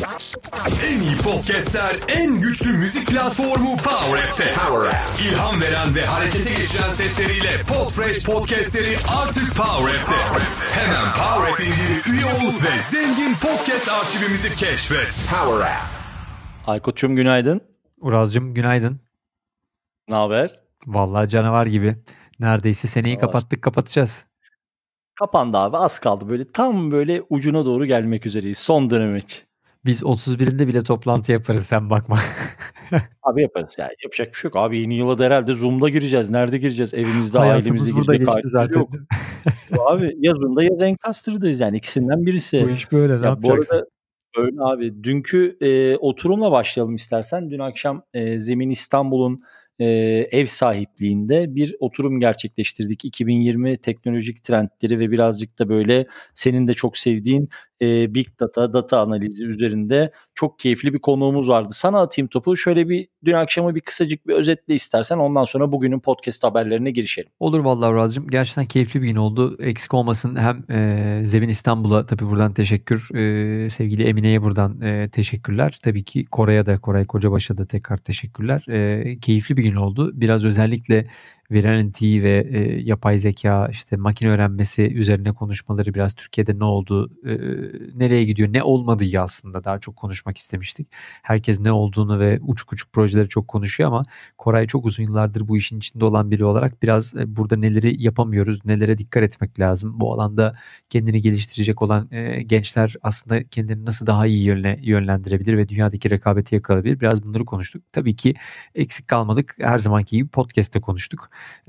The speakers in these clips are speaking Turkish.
En iyi podcastler, en güçlü müzik platformu Power App'te. İlham veren ve harekete geçiren sesleriyle Podfresh podcastleri artık Power App'te. Hemen Power App'in üye ol ve zengin podcast arşivimizi keşfet. Power App. Aykut'cum günaydın. Uraz'cığım günaydın. Ne haber? Vallahi canavar gibi. Neredeyse seneyi kapattık, kapatacağız. Kapandı abi, az kaldı. Tam böyle ucuna doğru gelmek üzereyiz. Son dönem için. Biz 31'inde bile toplantı yaparız, sen bakma. Abi yaparız yani. Yapacak bir şey yok. Abi yeni yıla da herhalde Zoom'da gireceğiz. Nerede gireceğiz? Evimizde, ailemizde burada girecek geçti zaten. yok. Abi ya Zoom'da ya Zencaster'dayız yani. İkisinden birisi. Bu iş böyle, ne yapacaksın? Bu arada öyle abi. Dünkü oturumla başlayalım istersen. Dün akşam Zemin İstanbul'un ev sahipliğinde bir oturum gerçekleştirdik. 2020 teknolojik trendleri ve birazcık da böyle senin de çok sevdiğin Big Data analizi üzerinde çok keyifli bir konuğumuz vardı. Sana atayım topu. Şöyle bir dün akşamı bir kısacık bir özetle istersen, ondan sonra bugünün podcast haberlerine girişelim. Olur vallahi Uraz'cığım. Gerçekten keyifli bir gün oldu. Eksik olmasın, hem Zemin İstanbul'a tabii buradan teşekkür. Sevgili Emine'ye buradan teşekkürler. Tabii ki Koray'a da, Koray Kocabaş'a da tekrar teşekkürler. Keyifli bir gün oldu. Biraz özellikle veri analitiği ve yapay zeka, işte makine öğrenmesi üzerine konuşmaları, biraz Türkiye'de ne oldu, nereye gidiyor, ne olmadığı aslında daha çok konuşmak istemiştik. Herkes ne olduğunu ve uçuk uçuk projeleri çok konuşuyor ama Koray çok uzun yıllardır bu işin içinde olan biri olarak biraz burada neleri yapamıyoruz, nelere dikkat etmek lazım. Bu alanda kendini geliştirecek olan gençler aslında kendini nasıl daha iyi yönlendirebilir ve dünyadaki rekabeti yakalayabilir. Biraz bunları konuştuk. Tabii ki eksik kalmadık. Her zamanki gibi podcast'te konuştuk.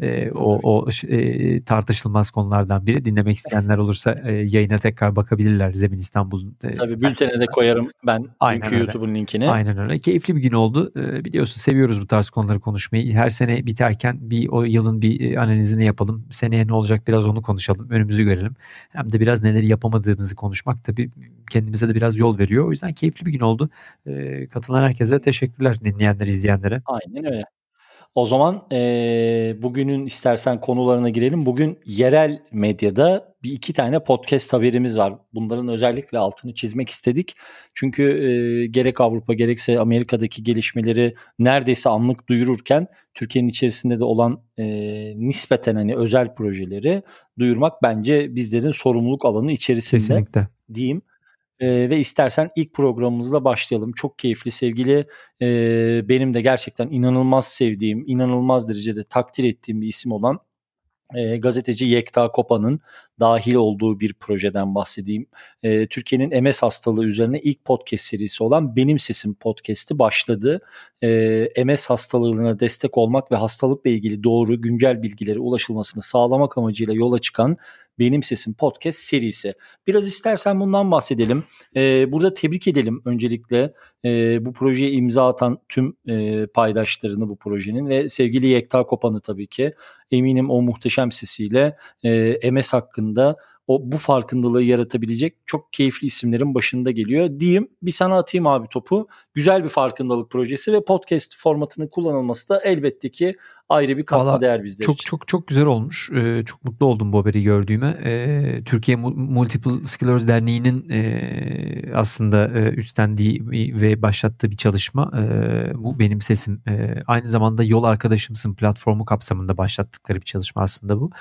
Tartışılmaz konulardan biri. Dinlemek isteyenler olursa yayına tekrar bakabilirler Zemin İstanbul'un. Tabii bültene de koyarım ben dünkü YouTube'un linkini. Aynen öyle. Keyifli bir gün oldu. Biliyorsun seviyoruz bu tarz konuları konuşmayı. Her sene biterken o yılın bir analizini yapalım. Seneye ne olacak biraz onu konuşalım. Önümüzü görelim. Hem de biraz neleri yapamadığımızı konuşmak tabii kendimize de biraz yol veriyor. O yüzden keyifli bir gün oldu. Katılan herkese teşekkürler, dinleyenler, izleyenlere. Aynen öyle. O zaman bugünün istersen konularına girelim. Bugün yerel medyada iki tane podcast haberimiz var. Bunların özellikle altını çizmek istedik. Çünkü gerek Avrupa gerekse Amerika'daki gelişmeleri neredeyse anlık duyururken Türkiye'nin içerisinde de olan nispeten hani özel projeleri duyurmak bence bizlerin sorumluluk alanı içerisinde. Kesinlikle. Diyeyim. Ve istersen ilk programımızla başlayalım. Çok keyifli, sevgili benim de gerçekten inanılmaz sevdiğim, inanılmaz derecede takdir ettiğim bir isim olan gazeteci Yekta Kopan'ın dahil olduğu bir projeden bahsedeyim. Türkiye'nin MS hastalığı üzerine ilk podcast serisi olan Benim Sesim podcast'i başladı. MS hastalığına destek olmak ve hastalıkla ilgili doğru, güncel bilgilere ulaşılmasını sağlamak amacıyla yola çıkan Benim Sesim podcast serisi. Biraz istersen bundan bahsedelim. Burada tebrik edelim öncelikle bu projeye imza atan tüm paydaşlarını bu projenin ve sevgili Yekta Kopan'ı tabii ki. Eminim o muhteşem sesiyle MS hakkında bu farkındalığı yaratabilecek çok keyifli isimlerin başında geliyor diyeyim. Bir sana atayım abi topu. Güzel bir farkındalık projesi ve podcast formatının kullanılması da elbette ki ayrı bir katma değer bizler için. Çok güzel olmuş. Çok mutlu oldum bu haberi gördüğüme. Türkiye Multiple Sclerosis Derneği'nin aslında üstlendiği ve başlattığı bir çalışma. Bu Benim Sesim. Aynı zamanda Yol Arkadaşımsın platformu kapsamında başlattıkları bir çalışma aslında bu.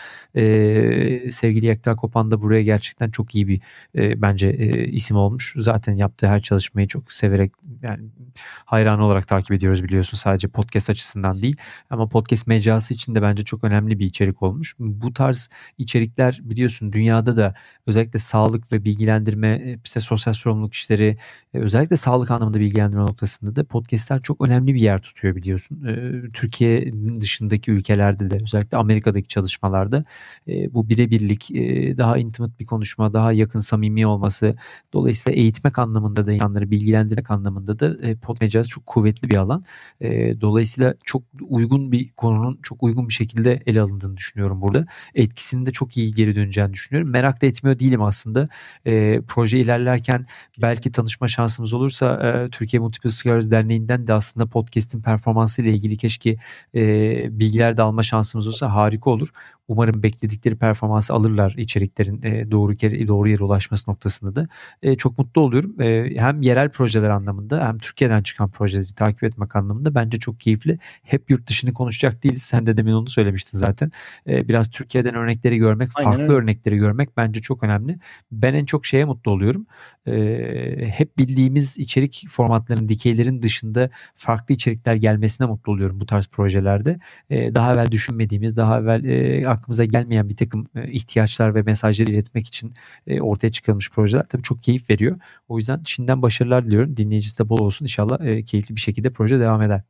Sevgili Yekta Kopan da buraya gerçekten çok iyi bir bence isim olmuş. Zaten yaptığı her çalışmayı çok severek, yani hayran olarak takip ediyoruz, biliyorsun, sadece podcast açısından değil ama podcast mecrası için de bence çok önemli bir içerik olmuş. Bu tarz içerikler biliyorsun dünyada da özellikle sağlık ve bilgilendirme, işte sosyal sorumluluk işleri, özellikle sağlık anlamında bilgilendirme noktasında da podcastler çok önemli bir yer tutuyor biliyorsun. Türkiye'nin dışındaki ülkelerde de, özellikle Amerika'daki çalışmalarda bu birebirlik, daha intimate bir konuşma, daha yakın, samimi olması, dolayısıyla eğitmek anlamında da, insanları bilgilendirmek anlamında da pod mecrası çok kuvvetli bir alan. Dolayısıyla çok uygun bir konunun çok uygun bir şekilde ele alındığını düşünüyorum burada. Etkisinin de çok iyi geri döneceğini düşünüyorum. Merak da etmiyor değilim aslında. Proje ilerlerken belki tanışma şansımız olursa Türkiye Multiple Sclerosis Derneği'nden de aslında podcast'in performansı ile ilgili keşke bilgiler de alma şansımız olsa harika olur. Umarım bekledikleri performansı alırlar içeriklerin doğru yere ulaşması noktasında da. Çok mutlu oluyorum. Hem yerel projeler anlamında hem Türkiye'den çıkan projeleri takip etmek anlamında bence çok keyifli. Hep yurt dışını konuşacak değiliz. Sen de demin onu söylemiştin zaten. Biraz Türkiye'den örnekleri görmek, farklı örnekleri görmek bence çok önemli. Ben en çok şeye mutlu oluyorum. Hep bildiğimiz içerik formatlarının, dikeylerin dışında farklı içerikler gelmesine mutlu oluyorum bu tarz projelerde. Daha evvel düşünmediğimiz, daha evvel aklımıza gelmeyen bir takım ihtiyaçlar ve mesajları iletmek için ortaya çıkarılmış projeler tabii çok keyif veriyor. O yüzden şimdiden başarılar diliyorum. Dinleyicisi de bol olsun. İnşallah keyifli bir şekilde proje devam eder.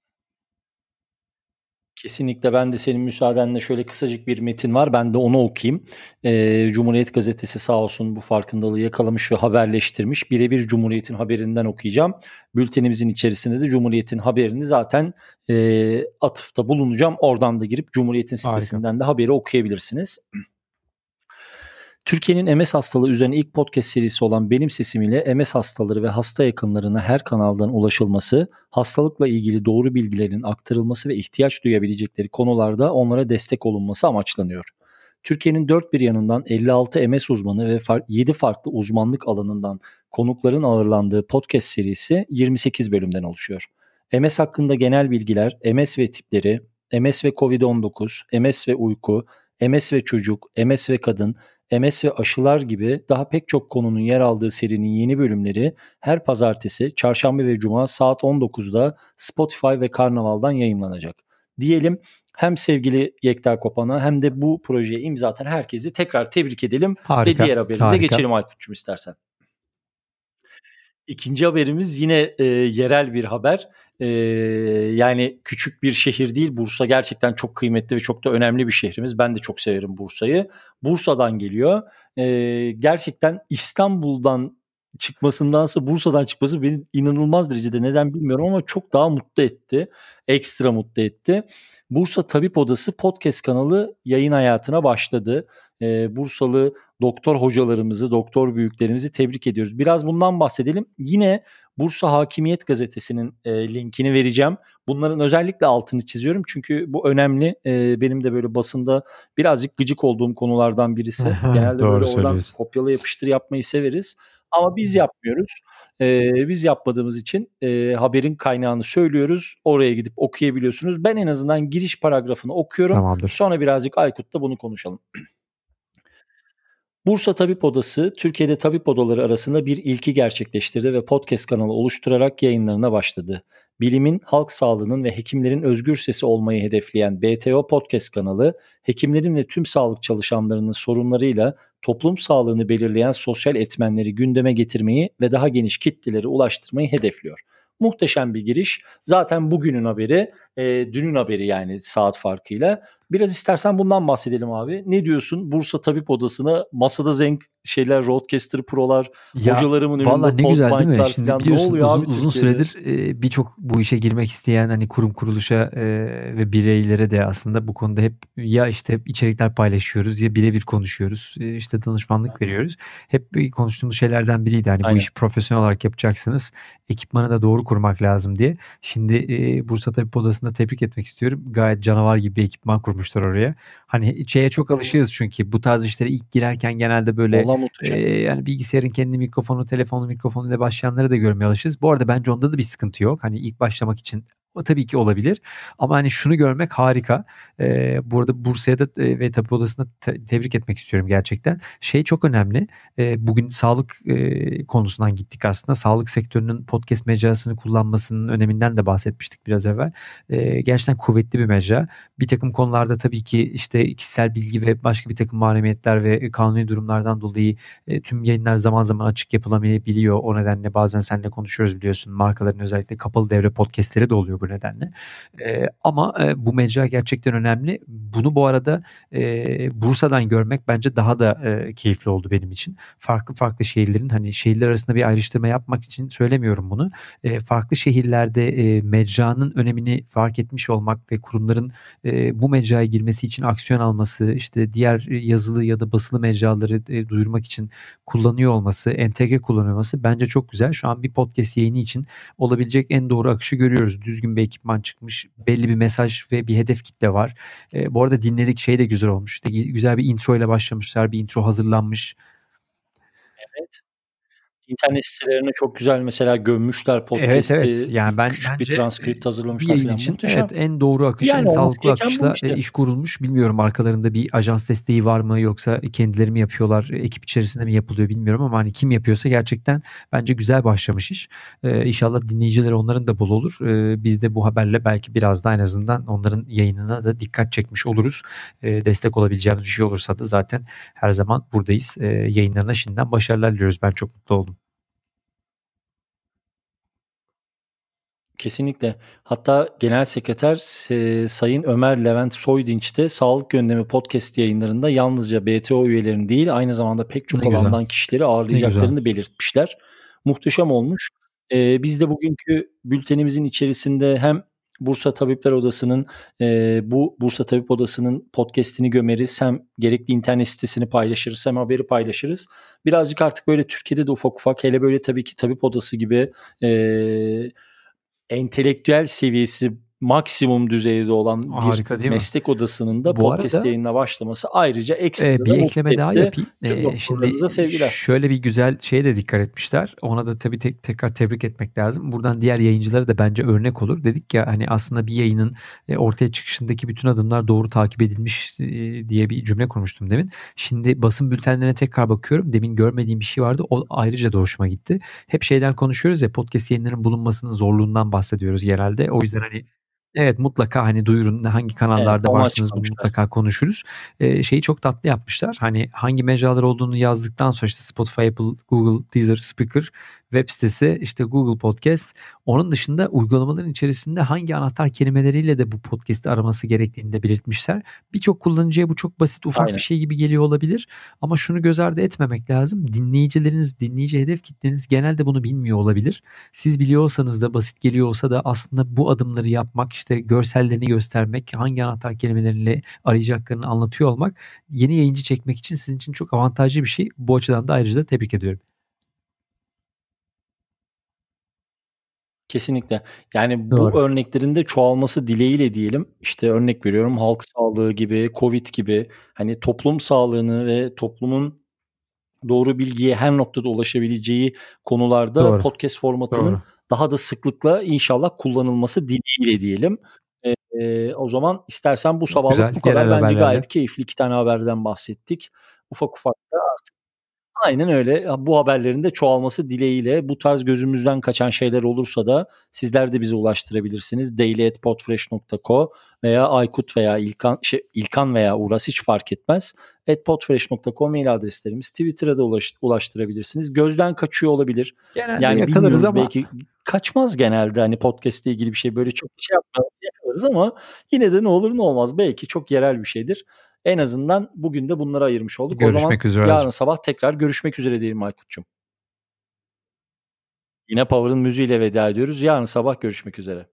Kesinlikle, ben de senin müsaadenle şöyle kısacık bir metin var. Ben de onu okuyayım. Cumhuriyet Gazetesi sağ olsun bu farkındalığı yakalamış ve haberleştirmiş. Birebir Cumhuriyet'in haberinden okuyacağım. Bültenimizin içerisinde de Cumhuriyet'in haberini zaten atıfta bulunacağım. Oradan da girip Cumhuriyet'in sitesinden de haberi okuyabilirsiniz. Türkiye'nin MS hastalığı üzerine ilk podcast serisi olan Benim Sesim ile MS hastaları ve hasta yakınlarına her kanaldan ulaşılması, hastalıkla ilgili doğru bilgilerin aktarılması ve ihtiyaç duyabilecekleri konularda onlara destek olunması amaçlanıyor. Türkiye'nin dört bir yanından 56 MS uzmanı ve 7 farklı uzmanlık alanından konukların ağırlandığı podcast serisi 28 bölümden oluşuyor. MS hakkında genel bilgiler, MS ve tipleri, MS ve COVID-19, MS ve uyku, MS ve çocuk, MS ve kadın, MS ve aşılar gibi daha pek çok konunun yer aldığı serinin yeni bölümleri her pazartesi, çarşamba ve cuma saat 19'da Spotify ve Karnaval'dan yayımlanacak. Diyelim, hem sevgili Yekta Kopan'a hem de bu projeye imza atan herkesi tekrar tebrik edelim. Harika, ve diğer haberimize geçelim Aykut'cum istersen. İkinci haberimiz yine yerel bir haber. Yani küçük bir şehir değil. Bursa gerçekten çok kıymetli ve çok da önemli bir şehrimiz. Ben de çok severim Bursa'yı. Bursa'dan geliyor. Gerçekten İstanbul'dan çıkmasındansa Bursa'dan çıkması beni inanılmaz derecede, neden bilmiyorum ama çok daha mutlu etti. Ekstra mutlu etti. Bursa Tabip Odası podcast kanalı yayın hayatına başladı. Bursalı doktor hocalarımızı, doktor büyüklerimizi tebrik ediyoruz. Biraz bundan bahsedelim. Yine Bursa Hakimiyet Gazetesi'nin linkini vereceğim. Bunların özellikle altını çiziyorum çünkü bu önemli. Benim de böyle basında birazcık gıcık olduğum konulardan birisi. Genelde böyle oradan kopyala yapıştır yapmayı severiz. Ama biz yapmıyoruz. Biz yapmadığımız için haberin kaynağını söylüyoruz. Oraya gidip okuyabiliyorsunuz. Ben en azından giriş paragrafını okuyorum. Tamamdır. Sonra birazcık Aykut'ta bunu konuşalım. Bursa Tabip Odası, Türkiye'de tabip odaları arasında bir ilki gerçekleştirdi ve podcast kanalı oluşturarak yayınlarına başladı. Bilimin, halk sağlığının ve hekimlerin özgür sesi olmayı hedefleyen BTO Podcast kanalı, hekimlerin ve tüm sağlık çalışanlarının sorunlarıyla toplum sağlığını belirleyen sosyal etmenleri gündeme getirmeyi ve daha geniş kitlelere ulaştırmayı hedefliyor. Muhteşem bir giriş. Zaten bugünün haberi, dünün haberi yani saat farkıyla. Biraz istersen bundan bahsedelim abi. Ne diyorsun? Bursa Tabip Odası'na masada zenk şeyler, Rodecaster Pro'lar, hocalarımın önünde vallahi ne güzel değil mi? Şimdi falan. biliyorsun uzun süredir birçok bu işe girmek isteyen hani kurum kuruluşa ve bireylere de aslında bu konuda hep içerikler paylaşıyoruz ya birebir konuşuyoruz. İşte danışmanlık veriyoruz. Hep konuştuğumuz şeylerden biriydi. Hani bu işi profesyonel olarak yapacaksınız. Ekipmanı da doğru kurmak lazım diye. Şimdi Bursa Tabip Odası'nda tebrik etmek istiyorum. Gayet canavar gibi bir ekipman kurmuşlar oraya. Hani şeye çok alışığız çünkü bu tarz işlere ilk girerken genelde böyle yani bilgisayarın kendi mikrofonu, telefonun mikrofonuyla başlayanları da görmeye alışırız. Bu arada bence onda da bir sıkıntı yok. Hani ilk başlamak için o tabii ki olabilir. Ama hani şunu görmek harika. Bu arada Bursa'ya da ve Tabip Odası'na tebrik etmek istiyorum gerçekten. Şey çok önemli. Bugün sağlık konusundan gittik aslında. Sağlık sektörünün podcast mecrasını kullanmasının öneminden de bahsetmiştik biraz evvel. Gerçekten kuvvetli bir mecra. Bir takım konularda tabii ki işte kişisel bilgi ve başka bir takım mahremiyetler ve kanuni durumlardan dolayı tüm yayınlar zaman zaman açık yapılamayabiliyor. O nedenle bazen seninle konuşuyoruz biliyorsun. Markaların özellikle kapalı devre podcastleri de oluyor bu nedenle. Ama bu mecra gerçekten önemli. Bunu bu arada Bursa'dan görmek bence daha da keyifli oldu benim için. Farklı farklı şehirlerin, hani şehirler arasında bir ayrıştırma yapmak için söylemiyorum bunu. Farklı şehirlerde mecranın önemini fark etmiş olmak ve kurumların bu mecraya girmesi için aksiyon alması, işte diğer yazılı ya da basılı mecraları duyurmak için kullanıyor olması, entegre kullanıyor olması bence çok güzel. Şu an bir podcast yayını için olabilecek en doğru akışı görüyoruz. Düzgün bir ekipman çıkmış, belli bir mesaj ve bir hedef kitle var. Bu arada dinledik, şey de güzel olmuş. İşte güzel bir intro ile başlamışlar, bir intro hazırlanmış. Evet. İnternet sitelerine çok güzel mesela gömmüşler podcast'i. Evet. Yani küçük bir bence transkript hazırlamışlar bir yayın falan. için Muhteşem. en doğru akış, Yani en olması sağlıklı gereken bu akışla işte. iş kurulmuş. Bilmiyorum arkalarında bir ajans desteği var mı, yoksa kendileri mi yapıyorlar, ekip içerisinde mi yapılıyor bilmiyorum, ama hani kim yapıyorsa gerçekten bence güzel başlamış iş. İnşallah dinleyicileri onların da bol olur. Biz de bu haberle belki biraz daha en azından onların yayınına da dikkat çekmiş oluruz. Destek olabileceğimiz bir şey olursa da zaten her zaman buradayız. Yayınlarına şimdiden başarılar diliyoruz. Ben çok mutlu oldum. Kesinlikle. Hatta Genel Sekreter Sayın Ömer Levent Soydinç de Sağlık Gündemi podcast yayınlarında yalnızca BTO üyelerini değil, aynı zamanda pek çok alandan kişileri ağırlayacaklarını belirtmişler. Muhteşem olmuş. Biz de bugünkü bültenimizin içerisinde hem Bursa Tabipler Odası'nın bu Bursa Tabip Odası'nın podcast'ini gömeriz, hem gerekli internet sitesini paylaşırız, hem haberi paylaşırız. Birazcık artık böyle Türkiye'de de ufak ufak, hele böyle tabii ki Tabip Odası gibi entelektüel seviyesi maksimum düzeyde olan Harika, bir meslek odasının da podcast yayınına başlaması ayrıca ekstra bir ekleme daha yapayım. Şimdi sevgiler. Şöyle bir güzel şeye de dikkat etmişler. Ona da tabii tekrar tebrik etmek lazım. Buradan diğer yayıncılara da bence örnek olur. Dedik ya hani aslında bir yayının ortaya çıkışındaki bütün adımlar doğru takip edilmiş diye bir cümle kurmuştum demin. Şimdi basın bültenlerine tekrar bakıyorum. Demin görmediğim bir şey vardı. O ayrıca da hoşuma gitti. Hep şeyden konuşuyoruz ya, podcast yayınlarının bulunmasının zorluğundan bahsediyoruz genelde. O yüzden hani evet, mutlaka hani duyurun, hangi kanallarda varsınız, bunu mutlaka konuşuruz. Şeyi çok tatlı yapmışlar. Hani hangi mecralar olduğunu yazdıktan sonra işte Spotify, Apple, Google, Deezer, Spreaker, web sitesi, işte Google Podcast. Onun dışında uygulamaların içerisinde hangi anahtar kelimeleriyle de bu podcast'i araması gerektiğini de belirtmişler. Birçok kullanıcıya bu çok basit, ufak bir şey gibi geliyor olabilir. Ama şunu göz ardı etmemek lazım. Dinleyici hedef kitleniz genelde bunu bilmiyor olabilir. Siz biliyor olsanız da, basit geliyor olsa da aslında bu adımları yapmak, işte görsellerini göstermek, hangi anahtar kelimeleriyle arayacaklarını anlatıyor olmak, yeni yayıncı çekmek için sizin için çok avantajlı bir şey. Bu açıdan da ayrıca da tebrik ediyorum. Kesinlikle. Yani bu örneklerin de çoğalması dileğiyle diyelim. İşte örnek veriyorum, halk sağlığı gibi, Covid gibi, hani toplum sağlığını ve toplumun doğru bilgiye her noktada ulaşabileceği konularda podcast formatının daha da sıklıkla inşallah kullanılması dileğiyle diyelim. O zaman istersen bu sabahlık bu kadar. Bence gayet keyifli 2 tane haberden bahsettik. Ufak ufak da artık aynen öyle, bu haberlerin de çoğalması dileğiyle. Bu tarz gözümüzden kaçan şeyler olursa da sizler de bize ulaştırabilirsiniz. daily@podfresh.co veya Aykut veya İlkan veya Uras, hiç fark etmez. @podfresh.co mail adreslerimiz. Twitter'a da ulaştırabilirsiniz. Gözden kaçıyor olabilir. Genelde yani yakalarız ama belki kaçmaz genelde, hani podcast ile ilgili bir şey böyle çok şey yapmayalım, yakalarız ama yine de ne olur ne olmaz, belki çok yerel bir şeydir. En azından bugün de bunları ayırmış olduk. Görüşmek üzere. Yarın sabah tekrar görüşmek üzere diyelim Aykut'cum. Yine Power'ın müziğiyle veda ediyoruz. Yarın sabah görüşmek üzere.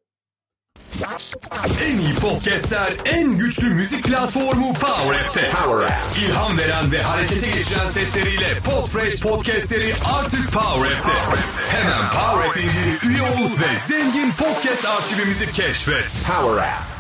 En iyi podcastler, en güçlü müzik platformu Power App'te. İlham veren ve harekete geçiren sesleriyle Podfresh podcastleri artık Power App'te. Hemen Power App indirip üye ol ve zengin podcast arşivimizi keşfet. Power App.